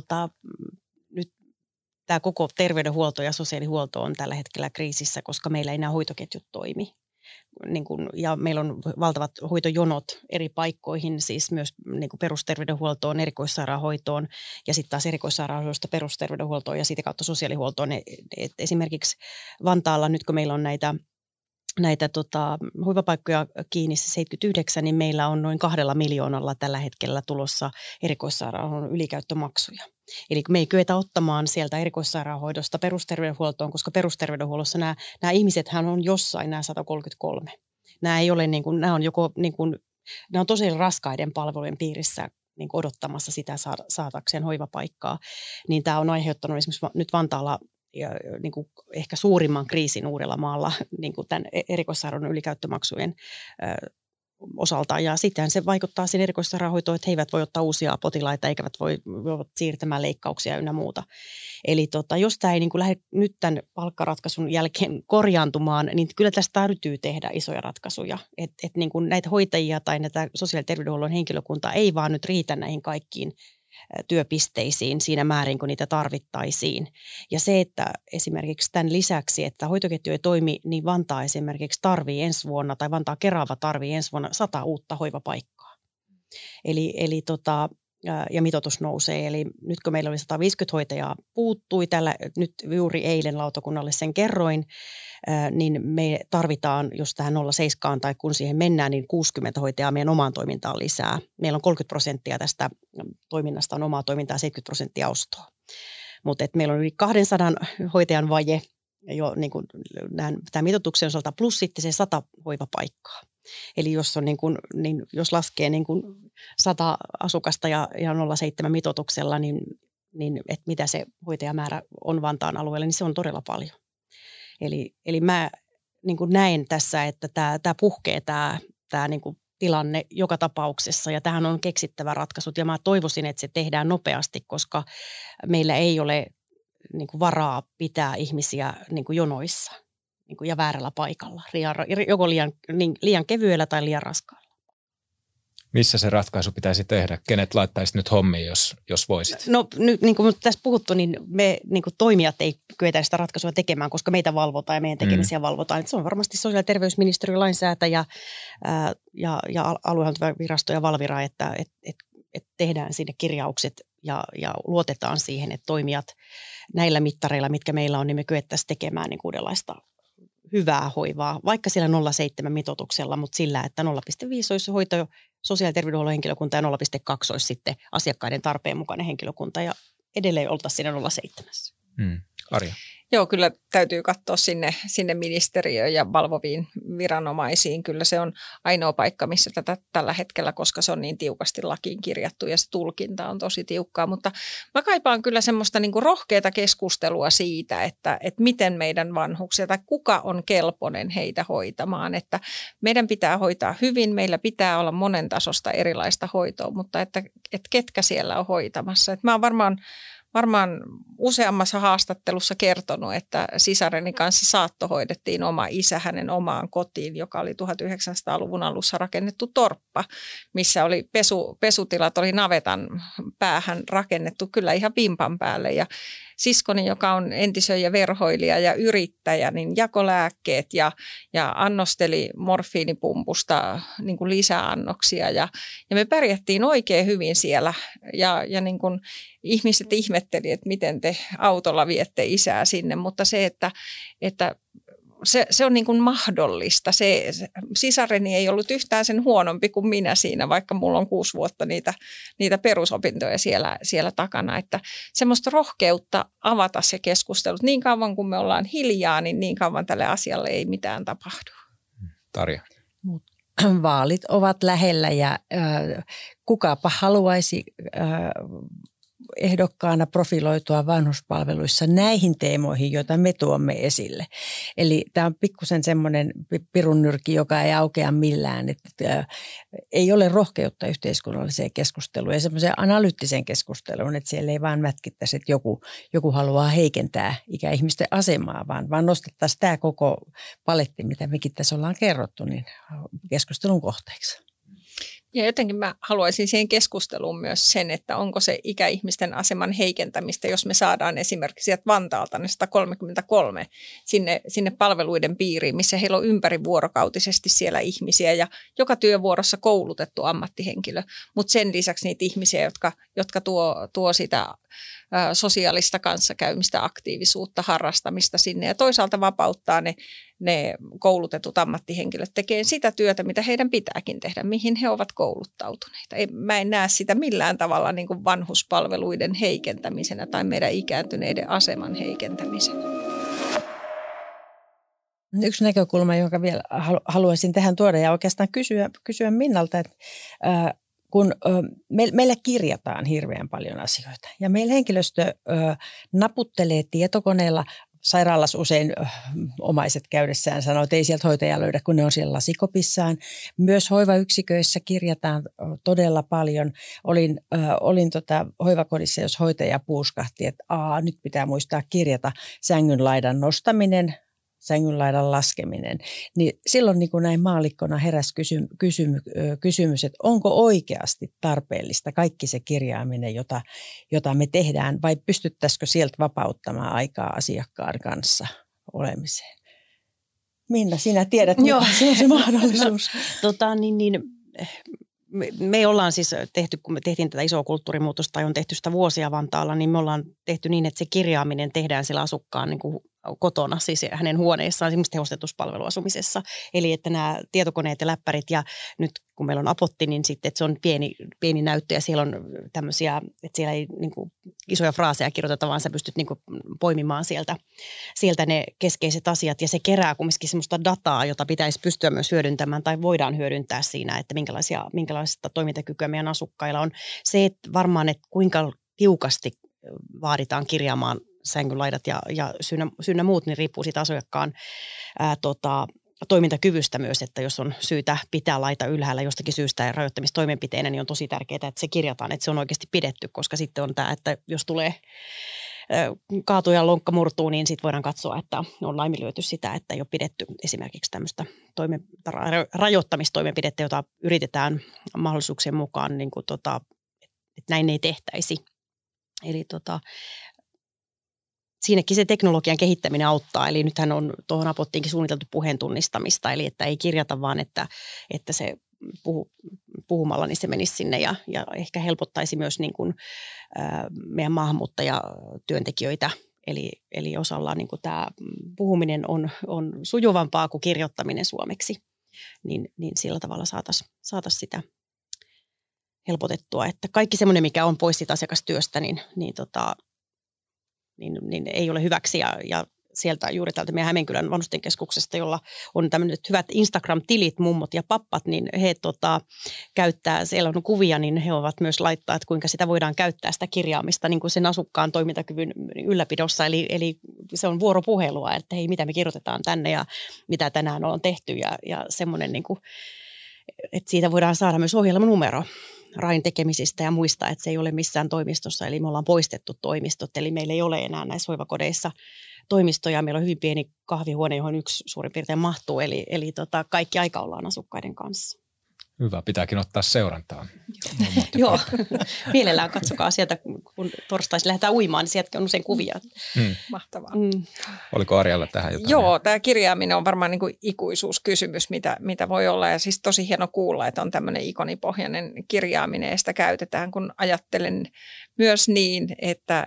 nyt tämä koko terveydenhuolto ja sosiaalihuolto on tällä hetkellä kriisissä, koska meillä ei nämä hoitoketjut toimi. Ja meillä on valtavat hoitojonot eri paikkoihin, siis myös perusterveydenhuoltoon, erikoissairaanhoitoon ja sitten taas erikoissairaanhoidosta perusterveydenhuoltoon ja siitä kautta sosiaalihuoltoon. Et esimerkiksi Vantaalla nyt kun meillä on näitä hoivapaikkoja kiinni 79, niin meillä on noin 2 miljoonalla tällä hetkellä tulossa erikoissairaanhoidon ylikäyttömaksuja. Eli me ei kyetä ottamaan sieltä erikoissairaanhoidosta perusterveydenhuoltoon, koska perusterveydenhuollossa nämä ihmisethän on jossain, nämä 133. Nämä ei ole nämä on joko nämä on tosi raskaiden palvelujen piirissä odottamassa sitä saatakseen hoivapaikkaa. Niin tämä on aiheuttanut esimerkiksi nyt Vantaalla ja ehkä suurimman kriisin Uudellamaalla tämän erikoissairaanhoidon ylikäyttömaksujen osalta. Ja sitten se vaikuttaa siihen erikoissairaanhoitoon, että he eivät voi ottaa uusia potilaita eikä voivat siirtämään leikkauksia ynnä muuta. Eli jos tämä ei niin kuin lähde nyt tämän palkkaratkaisun jälkeen korjaantumaan, niin kyllä tästä täytyy tehdä isoja ratkaisuja. Että niin kuin näitä hoitajia tai näitä sosiaali- ja terveydenhuollon henkilökuntaa ei vaan nyt riitä näihin kaikkiin työpisteisiin siinä määrin, kun niitä tarvittaisiin. Ja se, että esimerkiksi tämän lisäksi, että hoitoketju ei toimi, niin Vantaa esimerkiksi tarvii ensi vuonna, tai Vantaa Kerava tarvii ensi vuonna 100 uutta hoivapaikkaa. Ja mitoitus nousee. Eli nyt kun meillä oli 150 hoitajaa puuttui, nyt juuri eilen lautakunnalle sen kerroin, niin me tarvitaan, jos tähän 0,7 tai kun siihen mennään, niin 60 hoitajaa meidän omaan toimintaan lisää. Meillä on 30% tästä toiminnasta on omaa toimintaa, 70% ostoa. Mutta meillä on yli 200 hoitajan vaje jo niin kuin tämän mitoituksen osalta, plus sitten se 100 hoivapaikkaa. Eli jos laskee 100 asukasta ja 0,7 mitoituksella, niin että mitä se hoitajamäärä on Vantaan alueella, niin se on todella paljon. Eli mä niin kuin näen tässä, että tämä puhkee tämä niin kuin tilanne joka tapauksessa ja tähän on keksittävä ratkaisut ja mä toivoisin, että se tehdään nopeasti, koska meillä ei ole niin kuin varaa pitää ihmisiä niin kuin jonoissa niin kuin ja väärällä paikalla, joko liian kevyellä tai liian raskaalla. Missä se ratkaisu pitäisi tehdä? Kenet laittaisit nyt hommiin, jos voisit? No nyt niin kuin tässä puhuttu, niin me niin kuin toimijat ei kyetä sitä ratkaisua tekemään, koska meitä valvotaan ja meidän tekemisiä valvotaan. Et se on varmasti sosiaali- ja terveysministeriön lainsäätäjä ja aluehallintovirasto ja Valvira, että tehdään sinne kirjaukset ja luotetaan siihen, että toimijat näillä mittareilla, mitkä meillä on, niin me kyettäisiin tekemään niin uudenlaista hyvää hoivaa, vaikka siellä 0,7 mitoituksella, mutta sillä, että 0,5 olisi hoito sosiaali- ja terveydenhuollon henkilökunta ja 0,2 olisi sitten asiakkaiden tarpeen mukainen henkilökunta ja edelleen oltaisiin siinä 0,7. Arja. Joo, kyllä täytyy katsoa sinne ministeriöön ja valvoviin viranomaisiin. Kyllä se on ainoa paikka, missä tätä tällä hetkellä, koska se on niin tiukasti lakiin kirjattu ja se tulkinta on tosi tiukkaa. Mutta mä kaipaan kyllä semmoista niin kuin rohkeata keskustelua siitä, että miten meidän vanhuksia tai kuka on kelpoinen heitä hoitamaan. Että meidän pitää hoitaa hyvin, meillä pitää olla monen tasosta erilaista hoitoa, mutta että ketkä siellä on hoitamassa. Että mä oon varmaan useammassa haastattelussa kertonut, että sisareni kanssa saattohoidettiin oma isä hänen omaan kotiin, joka oli 1900-luvun alussa rakennettu torppa, missä oli pesutilat, oli navetan päähän rakennettu kyllä ihan vimpan päälle. Ja siskoni, joka on entisöijä, verhoilija ja yrittäjä, niin jakoi lääkkeet ja annosteli morfiinipumpusta niin kuin lisäannoksia. Ja me pärjättiin oikein hyvin siellä ja niin kuin ihmiset ihmetteli, että miten te autolla viette isää sinne, mutta se, että se on niin kuin mahdollista. Se sisareni ei ollut yhtään sen huonompi kuin minä siinä, vaikka mulla on 6 vuotta niitä perusopintoja siellä takana. Että semmoista rohkeutta avata se keskustelut. Niin kauan kuin me ollaan hiljaa, niin kauan tälle asialle ei mitään tapahdu. Tarja. Vaalit ovat lähellä ja kukapa haluaisi ehdokkaana profiloitua vanhuspalveluissa näihin teemoihin, joita me tuomme esille. Eli tämä on pikkusen semmoinen pirunnyrki, joka ei aukea millään. Että ei ole rohkeutta yhteiskunnalliseen keskusteluun ja semmoiseen analyyttiseen keskusteluun, että siellä ei vaan mätkittäisi, että joku haluaa heikentää ikäihmisten asemaa, vaan nostettaisiin tämä koko paletti, mitä mekin tässä ollaan kerrottu, niin keskustelun kohteeksi. Ja jotenkin mä haluaisin siihen keskusteluun myös sen, että onko se ikäihmisten aseman heikentämistä, jos me saadaan esimerkiksi sieltä Vantaalta ne 133 sinne palveluiden piiriin, missä heillä on ympärivuorokautisesti siellä ihmisiä ja joka työvuorossa koulutettu ammattihenkilö. Mutta sen lisäksi niitä ihmisiä, jotka tuo sitä sosiaalista kanssakäymistä, aktiivisuutta, harrastamista sinne ja toisaalta vapauttaa ne koulutetut ammattihenkilöt tekemään sitä työtä, mitä heidän pitääkin tehdä, mihin he ovat kouluttautuneita. Mä en näe sitä millään tavalla niin kuin vanhuspalveluiden heikentämisenä tai meidän ikääntyneiden aseman heikentämisenä. Yksi näkökulma, jonka vielä haluaisin tähän tuoda ja oikeastaan kysyä Minnalta, että kun meillä kirjataan hirveän paljon asioita ja meillä henkilöstö naputtelee tietokoneella sairaalassa usein omaiset käydessään sanoo, että ei sieltä hoitajaa löydä, kun ne on siellä lasikopissaan. Myös hoivayksiköissä kirjataan todella paljon. Olin hoivakodissa, jos hoitaja puuskahti, että nyt pitää muistaa kirjata sängynlaidan nostaminen, sängynlaidan laskeminen. Niin silloin niin kuin näin maallikkona heräsi kysymys, että onko oikeasti tarpeellista kaikki se kirjaaminen, jota me tehdään, vai pystyttäisikö sieltä vapauttamaan aikaa asiakkaan kanssa olemiseen? Minna, sinä tiedät, mikä se on se mahdollisuus. Me ollaan siis tehty, kun me tehtiin tätä isoa kulttuurimuutosta tai on tehty sitä vuosia Vantaalla, niin me ollaan tehty niin, että se kirjaaminen tehdään siellä asukkaan niin kuin kotona, siis hänen huoneessaan, esimerkiksi tehostetuspalveluasumisessa. Eli että nämä tietokoneet ja läppärit ja nyt kun meillä on Apotti, niin sitten että se on pieni näyttö ja siellä on tämmöisiä, että siellä ei niin kuin isoja fraaseja kirjoiteta, vaan sä pystyt niin kuin poimimaan sieltä ne keskeiset asiat ja se kerää kumminkin semmoista dataa, jota pitäisi pystyä myös hyödyntämään tai voidaan hyödyntää siinä, että minkälaista toimintakykyä meidän asukkailla on. Se, että varmaan, että kuinka tiukasti vaaditaan kirjaamaan sängynlaidat ja synnä muut, niin riippuu siitä asiakkaan toimintakyvystä myös, että jos on syytä pitää laita ylhäällä jostakin syystä ja rajoittamistoimenpiteenä, niin on tosi tärkeää, että se kirjataan, että se on oikeasti pidetty, koska sitten on tämä, että jos tulee kaatu ja lonkka murtuu, niin sitten voidaan katsoa, että on laiminlyöty sitä, että ei ole pidetty esimerkiksi tämmöistä rajoittamistoimenpidettä, jota yritetään mahdollisuuksien mukaan, niin kuin että näin ei tehtäisi. Eli siinäkin se teknologian kehittäminen auttaa, eli nythän on tuohon Apottiinkin suunniteltu puheen tunnistamista, eli että ei kirjata vaan, että se puhumalla niin se menisi sinne ja ehkä helpottaisi myös niin kuin, meidän maahanmuuttajatyöntekijöitä, eli osalla niin kuin tämä puhuminen on sujuvampaa kuin kirjoittaminen suomeksi, niin sillä tavalla saataisiin sitä helpotettua, että kaikki semmoinen, mikä on pois siitä asiakastyöstä, niin ei ole hyväksi ja sieltä juuri täältä meidän Hämeenkylän vanhustenkeskuksesta, jolla on tämmöiset hyvät Instagram-tilit, mummot ja pappat, niin he käyttää, siellä on kuvia, niin he ovat myös laittaa, että kuinka sitä voidaan käyttää sitä kirjaamista niin kuin sen asukkaan toimintakyvyn ylläpidossa, eli se on vuoropuhelua, että hei, mitä me kirjoitetaan tänne ja mitä tänään on tehty ja semmoinen, niin kuin, että siitä voidaan saada myös ohjelmanumero RAIn tekemisistä ja muista, että se ei ole missään toimistossa, eli me ollaan poistettu toimistot, eli meillä ei ole enää näissä hoivakodeissa toimistoja. Meillä on hyvin pieni kahvihuone, johon yksi suurin piirtein mahtuu, eli kaikki aika ollaan asukkaiden kanssa. Hyvä, pitääkin ottaa seurantaan. Joo, mielellään katsokaa sieltä, kun torstaisin lähdetään uimaan, niin sieltäkin on usein kuvia. Mahtavaa. Oliko Arjalla tähän jotain? Joo, tämä kirjaaminen on varmaan niin kuin ikuisuuskysymys, mitä voi olla. Ja siis tosi hieno kuulla, että on tämmöinen ikonipohjainen kirjaaminen ja sitä käytetään, kun ajattelen myös niin, että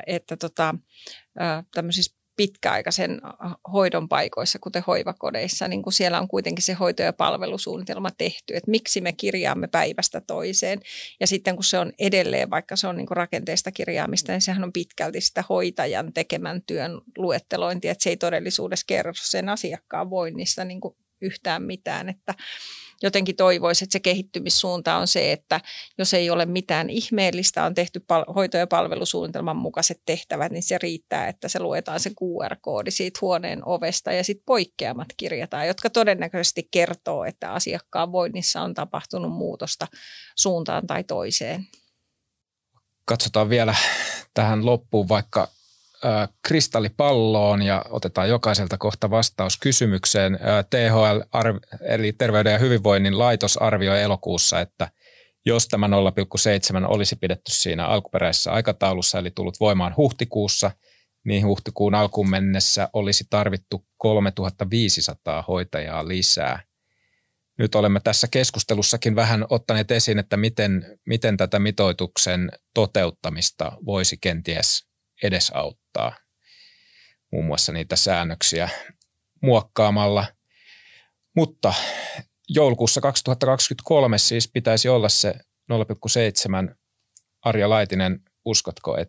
tämmöisissä pitkäaikaisen hoidon paikoissa, kuten hoivakodeissa, niin kun siellä on kuitenkin se hoito- ja palvelusuunnitelma tehty, että miksi me kirjaamme päivästä toiseen. Ja sitten kun se on edelleen, vaikka se on niin kuin rakenteista kirjaamista, niin sehän on pitkälti sitä hoitajan tekemän työn luettelointia, että se ei todellisuudessa kerro sen asiakkaan voinnista niin kuin yhtään mitään, että jotenkin toivoisi, että se kehittymissuunta on se, että jos ei ole mitään ihmeellistä, on tehty hoito- ja palvelusuunnitelman mukaiset tehtävät, niin se riittää, että se luetaan se QR-koodi siitä huoneen ovesta ja sitten poikkeamat kirjataan, jotka todennäköisesti kertoo, että asiakkaan voinnissa on tapahtunut muutosta suuntaan tai toiseen. Katsotaan vielä tähän loppuun vaikka kristallipalloon ja otetaan jokaiselta kohta vastaus kysymykseen. THL, eli Terveyden ja hyvinvoinnin laitos, arvioi elokuussa, että jos tämä 0,7 olisi pidetty siinä alkuperäisessä aikataulussa, eli tullut voimaan huhtikuussa, niin huhtikuun alkuun mennessä olisi tarvittu 3500 hoitajaa lisää. Nyt olemme tässä keskustelussakin vähän ottaneet esiin, että miten tätä mitoituksen toteuttamista voisi kenties edesauttaa, muun muassa niitä säännöksiä muokkaamalla. Mutta joulukuussa 2023 siis pitäisi olla se 0,7. Arja Laitinen, uskotko,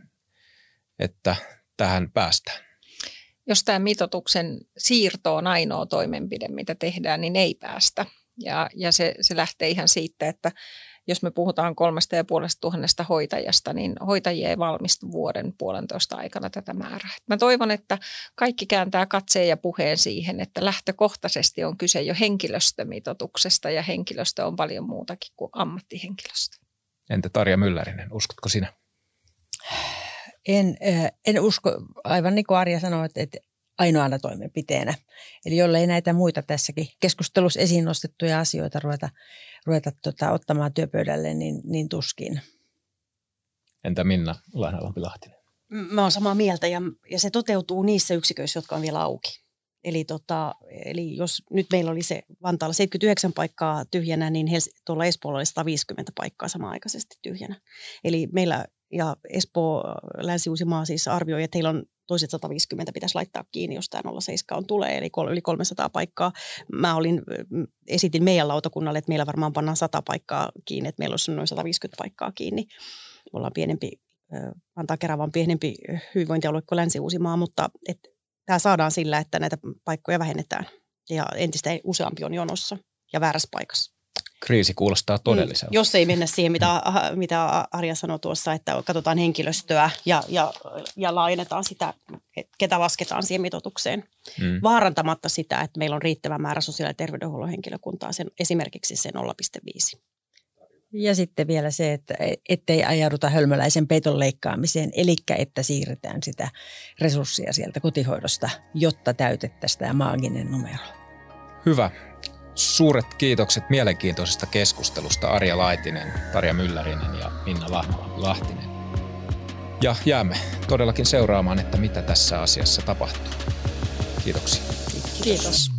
että tähän päästään? Jos tämä mitoituksen siirto on ainoa toimenpide, mitä tehdään, niin ei päästä. Ja se lähtee ihan siitä, että jos me puhutaan 3,5 hoitajasta, niin hoitajia ei valmistu vuoden 1,5 aikana tätä määrää. Mä toivon, että kaikki kääntää katseen ja puheen siihen, että lähtökohtaisesti on kyse jo henkilöstömitoituksesta ja henkilöstö on paljon muutakin kuin ammattihenkilöstö. Entä Tarja Myllärinen, uskotko sinä? En usko, aivan niin kuin Arja sanoi, että ainoana toimenpiteenä. Eli jollei näitä muita tässäkin keskustelussa esiin nostettuja asioita ruveta ottamaan työpöydälle, niin tuskin. Entä Minna Laihnalampi-Lahtinen? Mä oon samaa mieltä ja se toteutuu niissä yksiköissä, jotka on vielä auki. Eli jos nyt meillä oli se Vantaalla 79 paikkaa tyhjänä, niin tuolla Espoolla oli 150 paikkaa samanaikaisesti tyhjänä. Eli meillä ja Espoo, Länsi-Uusimaa siis arvioi, että heillä on toiset 150 pitäisi laittaa kiinni, jos tämä 07 tulee, eli yli 300 paikkaa. Esitin meidän lautakunnalle, että meillä varmaan pannaan 100 paikkaa kiinni, että meillä olisi noin 150 paikkaa kiinni. Me ollaan Vantaa-Keravan pienempi hyvinvointialue kuin Länsi-Uusimaa, mutta tämä saadaan sillä, että näitä paikkoja vähennetään ja entistä useampi on jonossa ja väärässä paikassa. Kriisi kuulostaa todelliselta. Jos ei mennä siihen, mitä Arja sanoi tuossa, että katsotaan henkilöstöä ja laajennetaan sitä, että ketä lasketaan siihen mitoitukseen. Vaarantamatta sitä, että meillä on riittävä määrä sosiaali- ja terveydenhuollon henkilökuntaa, esimerkiksi se 0,5. Ja sitten vielä se, että ettei ajauduta hölmöläisen peiton leikkaamiseen, eli että siirretään sitä resurssia sieltä kotihoidosta, jotta täytettäisiin tämä maaginen numero. Hyvä. Suuret kiitokset mielenkiintoisesta keskustelusta Arja Laitinen, Tarja Myllärinen ja Minna Laihnalampi-Lahtinen. Ja jäämme todellakin seuraamaan, että mitä tässä asiassa tapahtuu. Kiitoksia. Kiitos.